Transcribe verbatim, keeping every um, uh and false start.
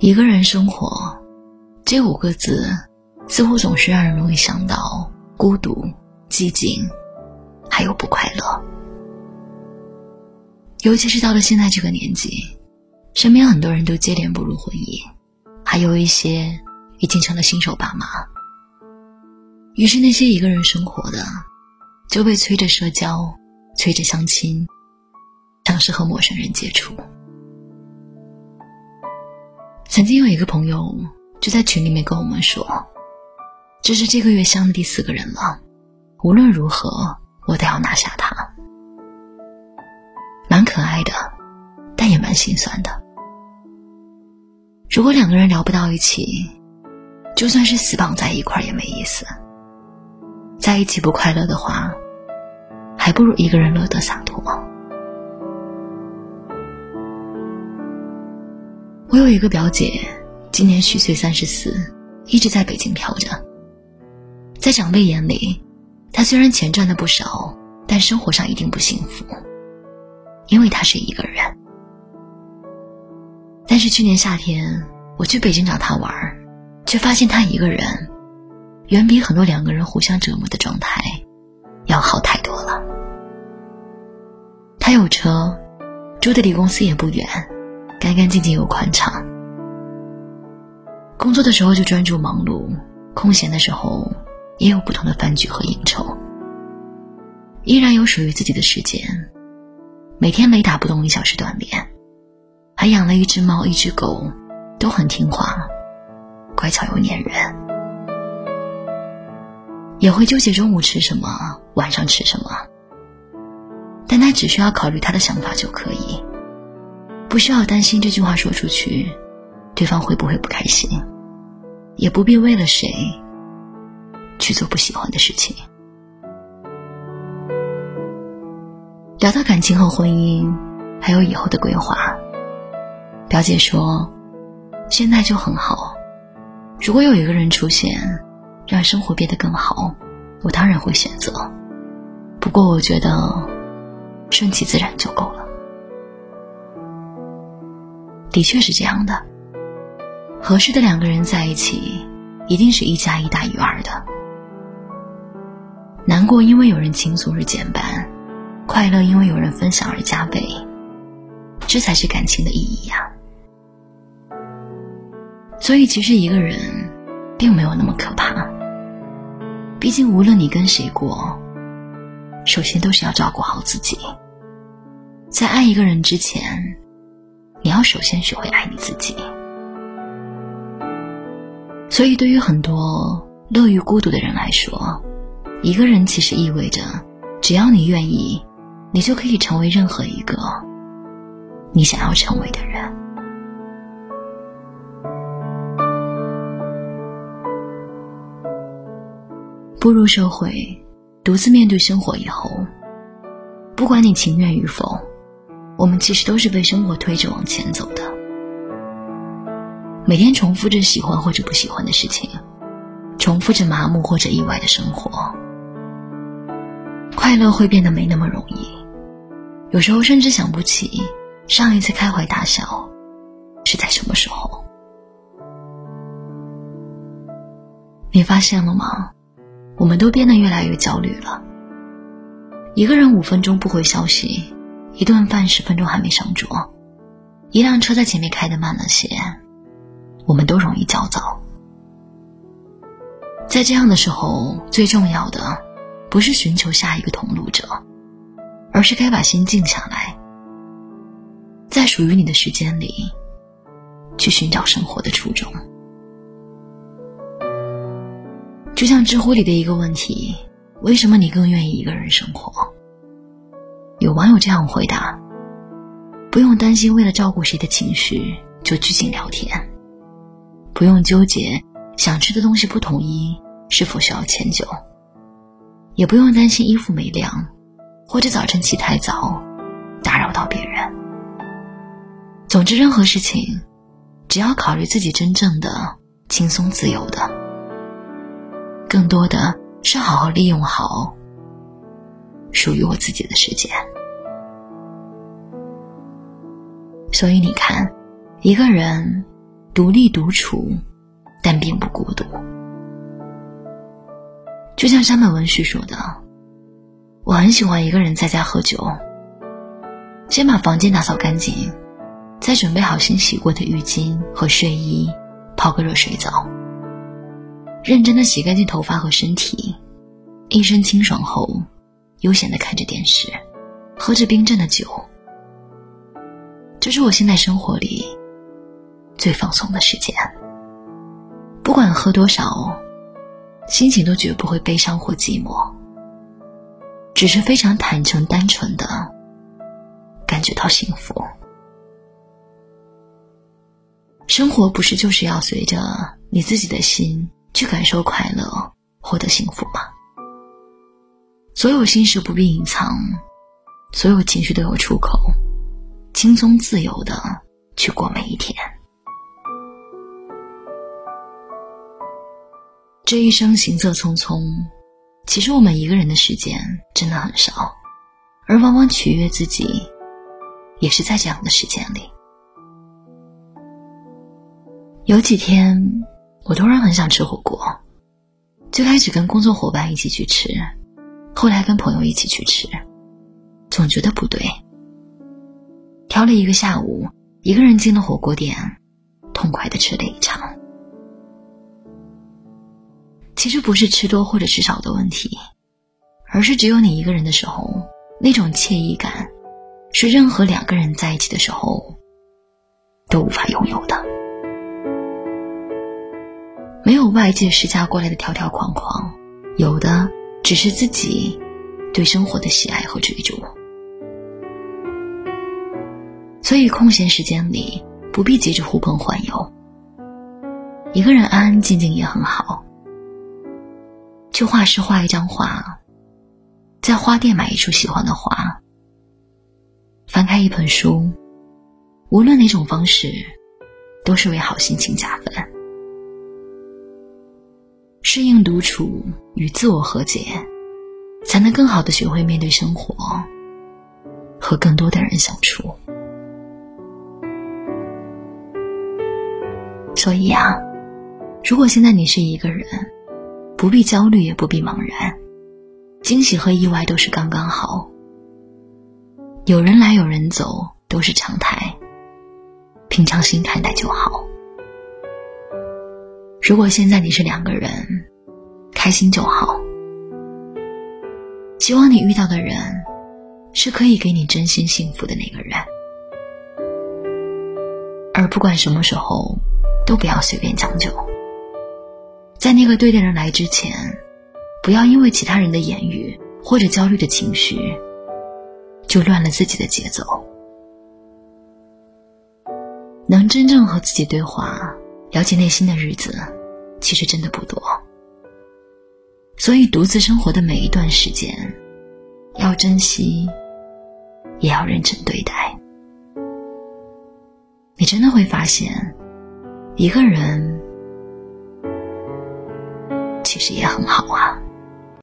一个人生活，这五个字似乎总是让人容易想到孤独、寂静，还有不快乐。尤其是到了现在这个年纪，身边很多人都接连步入婚姻，还有一些已经成了新手爸妈。于是那些一个人生活的，就被催着社交，催着相亲，尝试和陌生人接触。曾经有一个朋友就在群里面跟我们说，这是这个月相的第四个人了，无论如何我都要拿下他。蛮可爱的，但也蛮心酸的。如果两个人聊不到一起，就算是死绑在一块也没意思。在一起不快乐的话，还不如一个人乐得洒脱。我有一个表姐，今年虚岁三十四，一直在北京飘着。在长辈眼里，她虽然钱赚得不少，但生活上一定不幸福，因为她是一个人。但是去年夏天我去北京找她玩，却发现她一个人远比很多两个人互相折磨的状态要好太多了。她有车，住的离公司也不远，干干净净又宽敞。工作的时候就专注忙碌，空闲的时候也有不同的饭局和应酬，依然有属于自己的时间，每天雷打不动一小时锻炼，还养了一只猫一只狗，都很听话，乖巧又粘人。也会纠结中午吃什么，晚上吃什么，但他只需要考虑他的想法就可以，不需要担心这句话说出去对方会不会不开心，也不必为了谁去做不喜欢的事情。聊到感情和婚姻还有以后的规划，表姐说现在就很好，如果有一个人出现让生活变得更好，我当然会选择，不过我觉得顺其自然就够了。的确是这样的，合适的两个人在一起一定是一加一大于二的。难过因为有人倾诉而减半，快乐因为有人分享而加倍，这才是感情的意义呀。所以其实一个人并没有那么可怕，毕竟无论你跟谁过，首先都是要照顾好自己。在爱一个人之前，你要首先学会爱你自己。所以对于很多乐于孤独的人来说，一个人其实意味着只要你愿意，你就可以成为任何一个你想要成为的人。步入社会，独自面对生活以后，不管你情愿与否，我们其实都是被生活推着往前走的。每天重复着喜欢或者不喜欢的事情，重复着麻木或者意外的生活，快乐会变得没那么容易，有时候甚至想不起上一次开怀大笑是在什么时候。你发现了吗？我们都变得越来越焦虑了。一个人五分钟不回消息，一顿饭十分钟还没上桌，一辆车在前面开得慢了些，我们都容易焦躁。在这样的时候，最重要的不是寻求下一个同路者，而是该把心静下来，在属于你的时间里去寻找生活的初衷。就像知乎里的一个问题，为什么你更愿意一个人生活？有网友这样回答，不用担心为了照顾谁的情绪就拘谨聊天，不用纠结想吃的东西不统一是否需要迁就，也不用担心衣服没晾或者早晨起太早打扰到别人。总之任何事情只要考虑自己真正的轻松自由的，更多的是好好利用好属于我自己的时间。所以你看，一个人独立独处，但并不孤独。就像山本文绪说的，我很喜欢一个人在家喝酒，先把房间打扫干净，再准备好新洗过的浴巾和睡衣，泡个热水澡，认真地洗干净头发和身体，一身清爽后悠闲地看着电视，喝着冰镇的酒。这是我现在生活里最放松的时间，不管喝多少，心情都绝不会悲伤或寂寞，只是非常坦诚单纯的感觉到幸福。生活不是就是要随着你自己的心去感受快乐，获得幸福吗？所有心事不必隐藏，所有情绪都有出口，轻松自由的去过每一天。这一生行色匆匆，其实我们一个人的时间真的很少，而往往取悦自己也是在这样的时间里。有几天我突然很想吃火锅，最开始跟工作伙伴一起去吃，后来跟朋友一起去吃，总觉得不对。挑了一个下午，一个人进了火锅店，痛快地吃了一场。其实不是吃多或者吃少的问题，而是只有你一个人的时候，那种惬意感是任何两个人在一起的时候都无法拥有的。没有外界施加过来的条条框框，有的只是自己对生活的喜爱和追逐。所以空闲时间里不必急着呼朋唤友，一个人安安静静也很好。去画室画一张画，在花店买一束喜欢的花，翻开一本书，无论哪种方式都是为好心情加分。适应独处与自我和解，才能更好地学会面对生活，和更多的人相处。所以啊，如果现在你是一个人，不必焦虑也不必茫然，惊喜和意外都是刚刚好，有人来有人走都是常态，平常心看待就好。如果现在你是两个人，开心就好。希望你遇到的人是可以给你真心幸福的那个人，而不管什么时候都不要随便将就。在那个对的人来之前，不要因为其他人的言语或者焦虑的情绪就乱了自己的节奏。能真正和自己对话，了解内心的日子其实真的不多，所以独自生活的每一段时间要珍惜，也要认真对待。你真的会发现，一个人其实也很好啊。